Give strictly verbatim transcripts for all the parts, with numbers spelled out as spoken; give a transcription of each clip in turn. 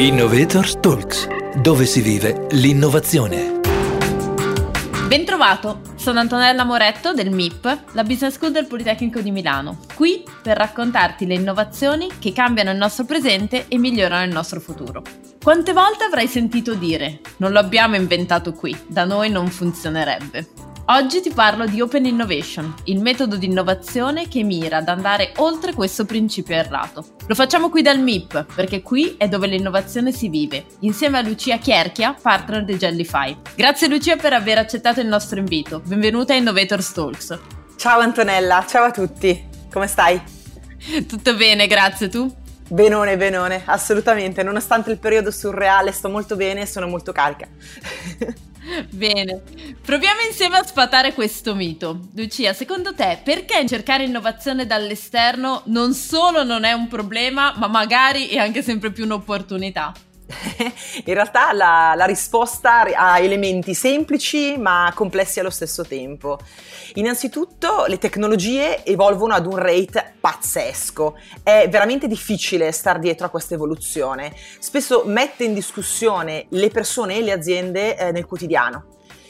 Innovators Talks, dove si vive l'innovazione. Bentrovato, sono Antonella Moretto del M I P, la Business School del Politecnico di Milano, qui per raccontarti le innovazioni che cambiano il nostro presente e migliorano il nostro futuro. Quante volte avrai sentito dire: non lo abbiamo inventato qui, da noi non funzionerebbe. Oggi ti parlo di Open Innovation, il metodo di innovazione che mira ad andare oltre questo principio errato. Lo facciamo qui dal M I P, perché qui è dove l'innovazione si vive, insieme a Lucia Chierchia, partner di Jellify. Grazie Lucia per aver accettato il nostro invito. Benvenuta a Innovators Talks. Ciao Antonella, ciao a tutti. Come stai? Tutto bene, grazie. Tu? Benone, benone, assolutamente. Nonostante il periodo surreale, sto molto bene e sono molto carica. Bene, proviamo insieme a sfatare questo mito. Lucia, secondo te perché cercare innovazione dall'esterno non solo non è un problema, ma magari è anche sempre più un'opportunità? In realtà la, la risposta ha elementi semplici ma complessi allo stesso tempo. Innanzitutto le tecnologie evolvono ad un rate pazzesco, è veramente difficile star dietro a questa evoluzione, spesso mette in discussione le persone e le aziende eh, nel quotidiano.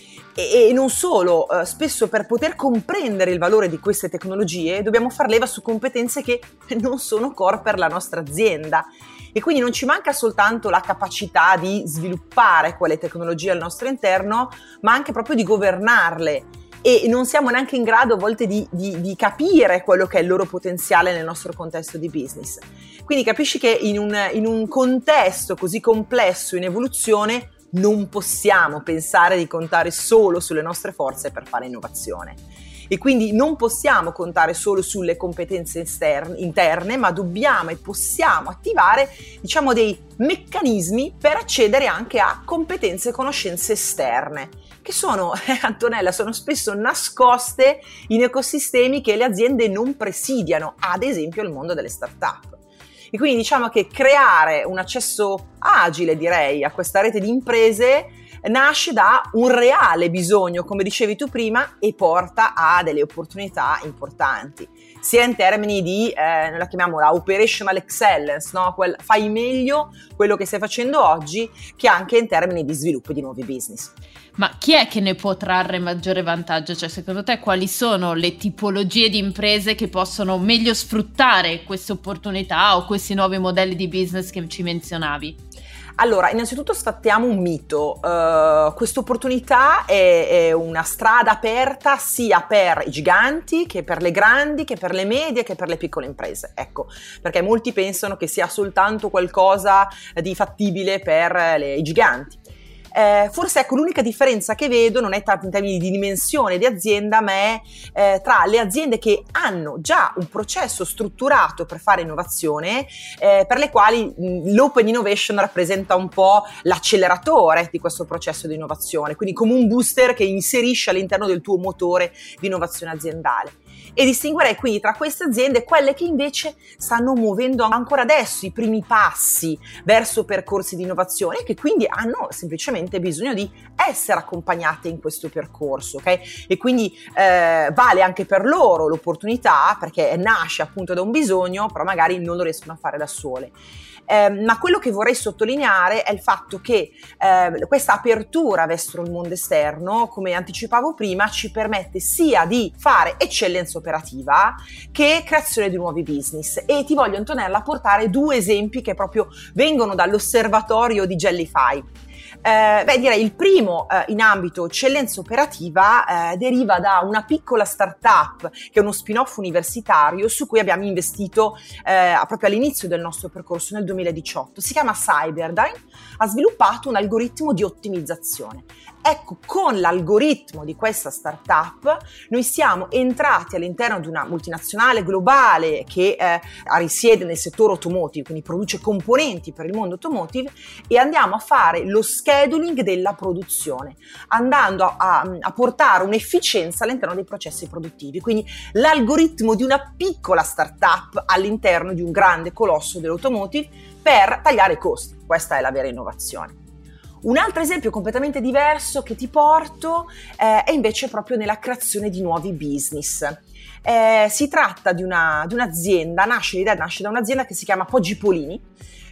E, e non solo, eh, spesso per poter comprendere il valore di queste tecnologie dobbiamo far leva su competenze che non sono core per la nostra azienda. E quindi non ci manca soltanto la capacità di sviluppare quelle tecnologie al nostro interno, ma anche proprio di governarle. E non siamo neanche in grado a volte di, di, di capire quello che è il loro potenziale nel nostro contesto di business. Quindi capisci che in un, in un contesto così complesso, in evoluzione, non possiamo pensare di contare solo sulle nostre forze per fare innovazione. E quindi non possiamo contare solo sulle competenze esterne, interne, ma dobbiamo e possiamo attivare, diciamo, dei meccanismi per accedere anche a competenze e conoscenze esterne, che sono, eh, Antonella, sono spesso nascoste in ecosistemi che le aziende non presidiano, ad esempio il mondo delle start-up. E quindi diciamo che creare un accesso agile, direi, a questa rete di imprese nasce da un reale bisogno, come dicevi tu prima, e porta a delle opportunità importanti, sia in termini di, eh, noi la chiamiamo la operational excellence, no? Quel, fai meglio quello che stai facendo oggi, che anche in termini di sviluppo di nuovi business. Ma chi è che ne può trarre maggiore vantaggio? Cioè, secondo te quali sono le tipologie di imprese che possono meglio sfruttare queste opportunità o questi nuovi modelli di business che ci menzionavi? Allora, innanzitutto sfattiamo un mito. Uh, questa opportunità è, è una strada aperta sia per i giganti che per le grandi, che per le medie, che per le piccole imprese. Ecco, perché molti pensano che sia soltanto qualcosa di fattibile per le, i giganti. Eh, forse ecco l'unica differenza che vedo non è tanto in termini di dimensione di azienda, ma è eh, tra le aziende che hanno già un processo strutturato per fare innovazione, eh, per le quali mh, l'open innovation rappresenta un po' l'acceleratore di questo processo di innovazione, quindi come un booster che inserisce all'interno del tuo motore di innovazione aziendale. E distinguerei quindi tra queste aziende quelle che invece stanno muovendo ancora adesso i primi passi verso percorsi di innovazione e che quindi hanno semplicemente bisogno di essere accompagnate in questo percorso, ok? E quindi eh, vale anche per loro l'opportunità, perché nasce appunto da un bisogno, però magari non lo riescono a fare da sole. Eh, ma quello che vorrei sottolineare è il fatto che eh, questa apertura verso il mondo esterno, come anticipavo prima, ci permette sia di fare eccellenza operativa che creazione di nuovi business. E ti voglio, Antonella, portare due esempi che proprio vengono dall'osservatorio di Jellify. Eh, beh, direi il primo eh, in ambito eccellenza operativa eh, deriva da una piccola startup che è uno spin-off universitario su cui abbiamo investito eh, proprio all'inizio del nostro percorso nel duemiladiciotto. Si chiama Cyberdyne, ha sviluppato un algoritmo di ottimizzazione. Ecco, con l'algoritmo di questa startup noi siamo entrati all'interno di una multinazionale globale che eh, risiede nel settore automotive, quindi produce componenti per il mondo automotive, e andiamo a fare lo scheduling della produzione, andando a, a, a portare un'efficienza all'interno dei processi produttivi. Quindi l'algoritmo di una piccola startup all'interno di un grande colosso dell'automotive per tagliare i costi. Questa è la vera innovazione. Un altro esempio completamente diverso che ti porto eh, è invece proprio nella creazione di nuovi business. Eh, si tratta di, una, di un'azienda, nasce l'idea nasce da un'azienda che si chiama Poggi Polini,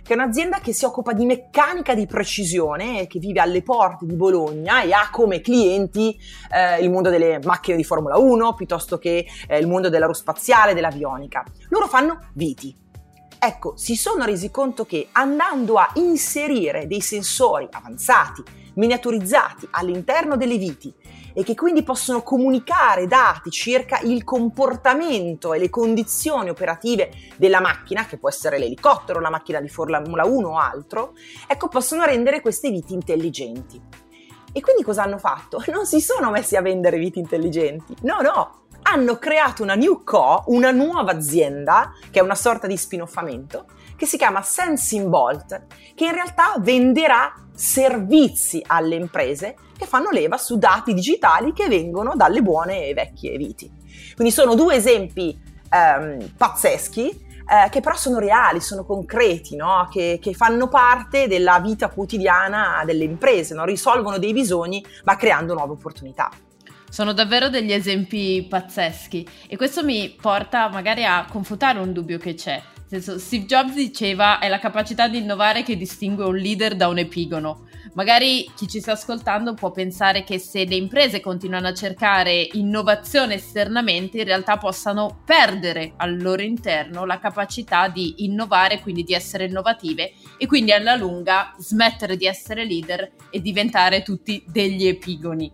che è un'azienda che si occupa di meccanica di precisione, che vive alle porte di Bologna e ha come clienti eh, il mondo delle macchine di Formula uno, piuttosto che eh, il mondo dell'aerospaziale, dell'avionica. Loro fanno viti. Ecco, si sono resi conto che andando a inserire dei sensori avanzati, miniaturizzati all'interno delle viti e che quindi possono comunicare dati circa il comportamento e le condizioni operative della macchina, che può essere l'elicottero, la macchina di Formula uno o altro, ecco, possono rendere queste viti intelligenti. E quindi cosa hanno fatto? Non si sono messi a vendere viti intelligenti, no, no! Hanno creato una new co, una nuova azienda, che è una sorta di spinoffamento, che si chiama SensingBolt, che in realtà venderà servizi alle imprese che fanno leva su dati digitali che vengono dalle buone e vecchie viti. Quindi sono due esempi ehm, pazzeschi, eh, che però sono reali, sono concreti, no? che, che fanno parte della vita quotidiana delle imprese, no? Risolvono dei bisogni ma creando nuove opportunità. Sono davvero degli esempi pazzeschi e questo mi porta magari a confutare un dubbio che c'è. Nel senso, Steve Jobs diceva è la capacità di innovare che distingue un leader da un epigono. Magari chi ci sta ascoltando può pensare che se le imprese continuano a cercare innovazione esternamente, in realtà possano perdere al loro interno la capacità di innovare, quindi di essere innovative e quindi alla lunga smettere di essere leader e diventare tutti degli epigoni.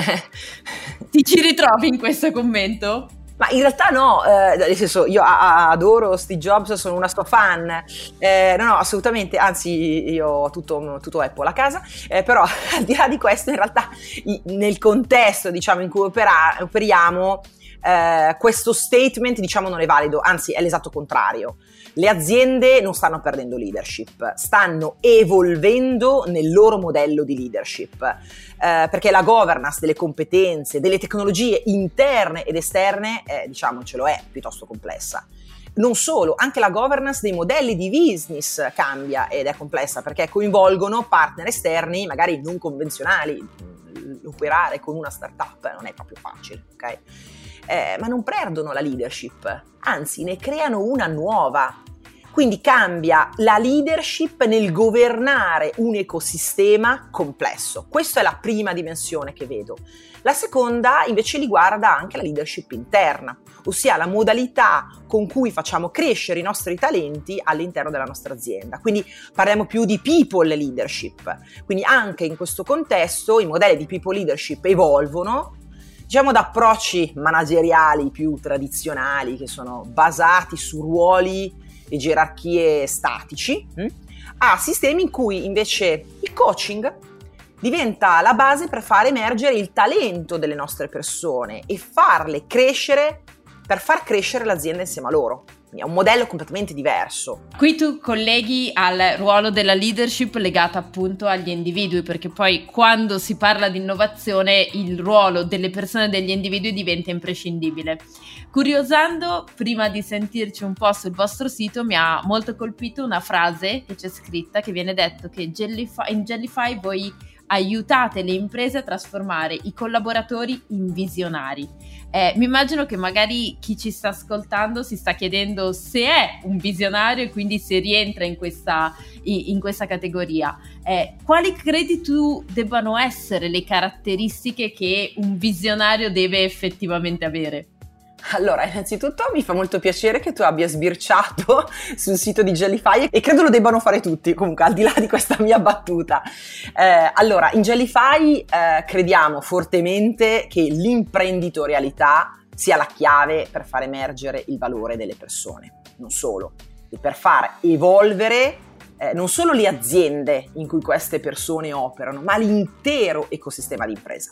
Ti ci ritrovi in questo commento? Ma in realtà no, eh, nel senso io a- adoro Steve Jobs, sono una sua fan, eh, no no assolutamente, anzi io ho tutto, tutto Apple a casa, eh, però al di là di questo in realtà i- nel contesto diciamo in cui opera- operiamo eh, questo statement diciamo non è valido, anzi è l'esatto contrario. Le aziende non stanno perdendo leadership, stanno evolvendo nel loro modello di leadership, eh, perché la governance delle competenze, delle tecnologie interne ed esterne, eh, diciamocelo, è piuttosto complessa. Non solo, anche la governance dei modelli di business cambia ed è complessa perché coinvolgono partner esterni magari non convenzionali. Operare con una startup non è proprio facile, ok? Eh, ma non perdono la leadership, anzi ne creano una nuova. Quindi cambia la leadership nel governare un ecosistema complesso. Questa è la prima dimensione che vedo. La seconda invece riguarda anche la leadership interna, ossia la modalità con cui facciamo crescere i nostri talenti all'interno della nostra azienda. Quindi parliamo più di people leadership. Quindi anche in questo contesto i modelli di people leadership evolvono, diciamo da approcci manageriali più tradizionali che sono basati su ruoli e gerarchie statici, hm? a sistemi in cui invece il coaching diventa la base per far emergere il talento delle nostre persone e farle crescere per far crescere l'azienda insieme a loro. Quindi è un modello completamente diverso. Qui tu colleghi al ruolo della leadership legata appunto agli individui, perché poi quando si parla di innovazione il ruolo delle persone e degli individui diventa imprescindibile. Curiosando, prima di sentirci un po' sul vostro sito, mi ha molto colpito una frase che c'è scritta, che viene detto che Jellyfy, in Jellyfy voi aiutate le imprese a trasformare i collaboratori in visionari. Eh, mi immagino che magari chi ci sta ascoltando si sta chiedendo se è un visionario e quindi se rientra in questa, in questa categoria. Eh, quali credi tu debbano essere le caratteristiche che un visionario deve effettivamente avere? Allora, innanzitutto mi fa molto piacere che tu abbia sbirciato sul sito di Jellyfy e credo lo debbano fare tutti, comunque al di là di questa mia battuta. Eh, allora, in Jellyfy eh, crediamo fortemente che l'imprenditorialità sia la chiave per far emergere il valore delle persone, non solo, e per far evolvere eh, non solo le aziende in cui queste persone operano, ma l'intero ecosistema di impresa.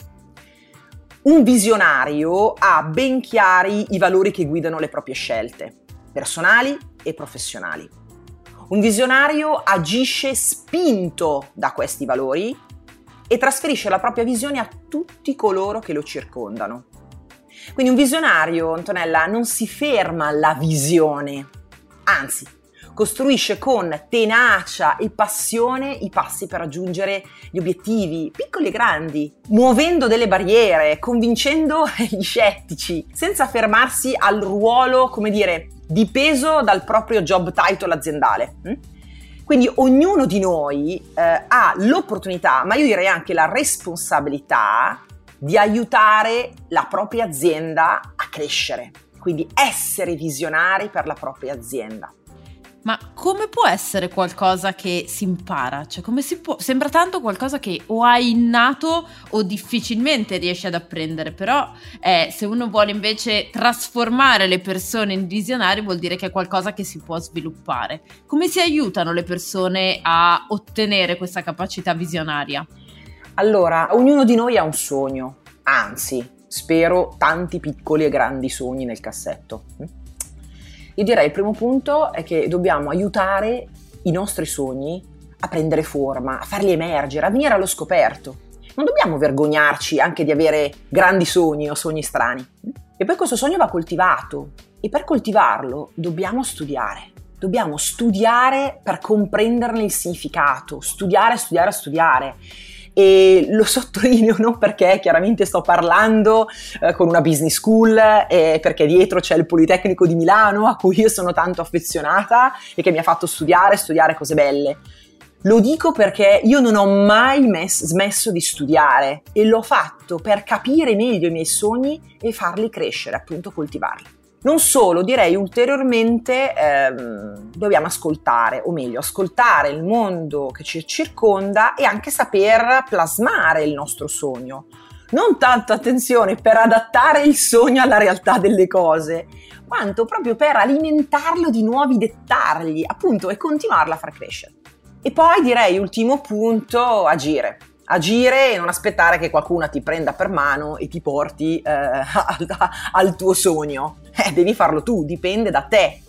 Un visionario ha ben chiari i valori che guidano le proprie scelte, personali e professionali. Un visionario agisce spinto da questi valori e trasferisce la propria visione a tutti coloro che lo circondano. Quindi un visionario, Antonella, non si ferma alla visione, anzi, costruisce con tenacia e passione i passi per raggiungere gli obiettivi, piccoli e grandi, muovendo delle barriere, convincendo gli scettici, senza fermarsi al ruolo, come dire, dipeso dal proprio job title aziendale. Quindi ognuno di noi eh, ha l'opportunità, ma io direi anche la responsabilità di aiutare la propria azienda a crescere, quindi essere visionari per la propria azienda. Ma come può essere qualcosa che si impara? Cioè, come si può? Sembra tanto qualcosa che o hai innato o difficilmente riesci ad apprendere, però eh, se uno vuole invece trasformare le persone in visionari vuol dire che è qualcosa che si può sviluppare. Come si aiutano le persone a ottenere questa capacità visionaria? Allora, ognuno di noi ha un sogno, anzi, spero tanti piccoli e grandi sogni nel cassetto. Io direi il primo punto è che dobbiamo aiutare i nostri sogni a prendere forma, a farli emergere, a venire allo scoperto. Non dobbiamo vergognarci anche di avere grandi sogni o sogni strani. E poi questo sogno va coltivato e per coltivarlo dobbiamo studiare. Dobbiamo studiare per comprenderne il significato, studiare, studiare, studiare. E lo sottolineo non perché chiaramente sto parlando eh, con una business school e perché dietro c'è il Politecnico di Milano a cui io sono tanto affezionata e che mi ha fatto studiare, studiare cose belle. Lo dico perché io non ho mai mes- smesso di studiare e l'ho fatto per capire meglio i miei sogni e farli crescere, appunto coltivarli. Non solo, direi ulteriormente ehm, dobbiamo ascoltare, o meglio, ascoltare il mondo che ci circonda e anche saper plasmare il nostro sogno. Non tanto, attenzione, per adattare il sogno alla realtà delle cose, quanto proprio per alimentarlo di nuovi dettagli, appunto, e continuarla a far crescere. E poi direi, ultimo punto, agire. Agire e non aspettare che qualcuno ti prenda per mano e ti porti eh, al, al tuo sogno. Eh, devi farlo tu, dipende da te,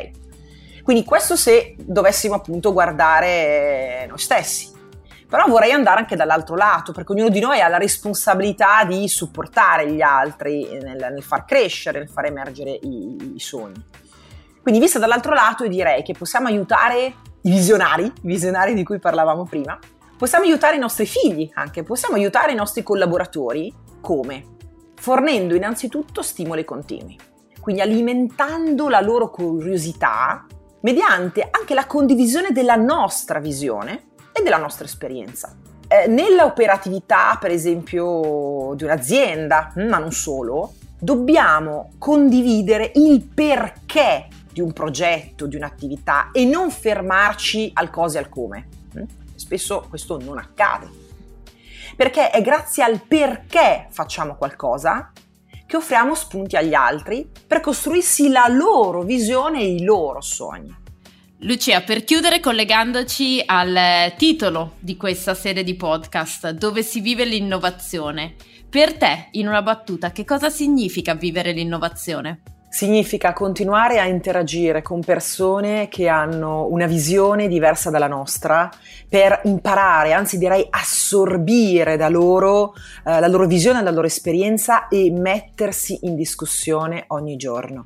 ok? Quindi questo se dovessimo appunto guardare noi stessi. Però vorrei andare anche dall'altro lato, perché ognuno di noi ha la responsabilità di supportare gli altri nel, nel far crescere, nel far emergere i, i sogni. Quindi vista dall'altro lato, io direi che possiamo aiutare i visionari, i visionari di cui parlavamo prima. Possiamo aiutare i nostri figli anche, possiamo aiutare i nostri collaboratori. Come? Fornendo innanzitutto stimoli continui, quindi alimentando la loro curiosità mediante anche la condivisione della nostra visione e della nostra esperienza. Eh, nella operatività, per esempio, di un'azienda, ma non solo, dobbiamo condividere il perché di un progetto, di un'attività e non fermarci al cosa e al come. Spesso questo non accade, perché è grazie al perché facciamo qualcosa che offriamo spunti agli altri per costruirsi la loro visione e i loro sogni. Lucia, per chiudere collegandoci al titolo di questa serie di podcast, Dove si vive l'innovazione, per te, in una battuta, che cosa significa vivere l'innovazione? Significa continuare a interagire con persone che hanno una visione diversa dalla nostra per imparare, anzi direi assorbire da loro eh, la loro visione, la loro esperienza e mettersi in discussione ogni giorno.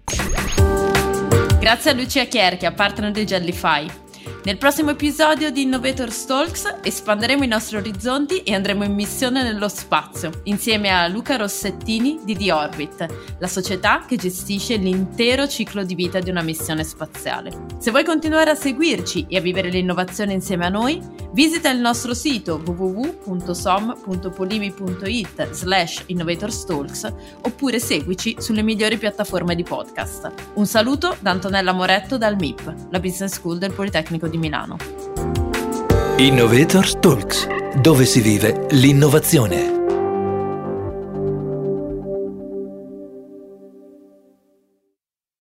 Grazie a Lucia Chierchia, partner di Jellify. Nel prossimo episodio di Innovators Talks espanderemo i nostri orizzonti e andremo in missione nello spazio, insieme a Luca Rossettini di The Orbit, la società che gestisce l'intero ciclo di vita di una missione spaziale. Se vuoi continuare a seguirci e a vivere l'innovazione insieme a noi, visita il nostro sito w w w punto som punto polivi punto it slash innovators talks oppure seguici sulle migliori piattaforme di podcast. Un saluto da Antonella Moretto dal M I P, la Business School del Politecnico di Milano. Innovators Talks, dove si vive l'innovazione.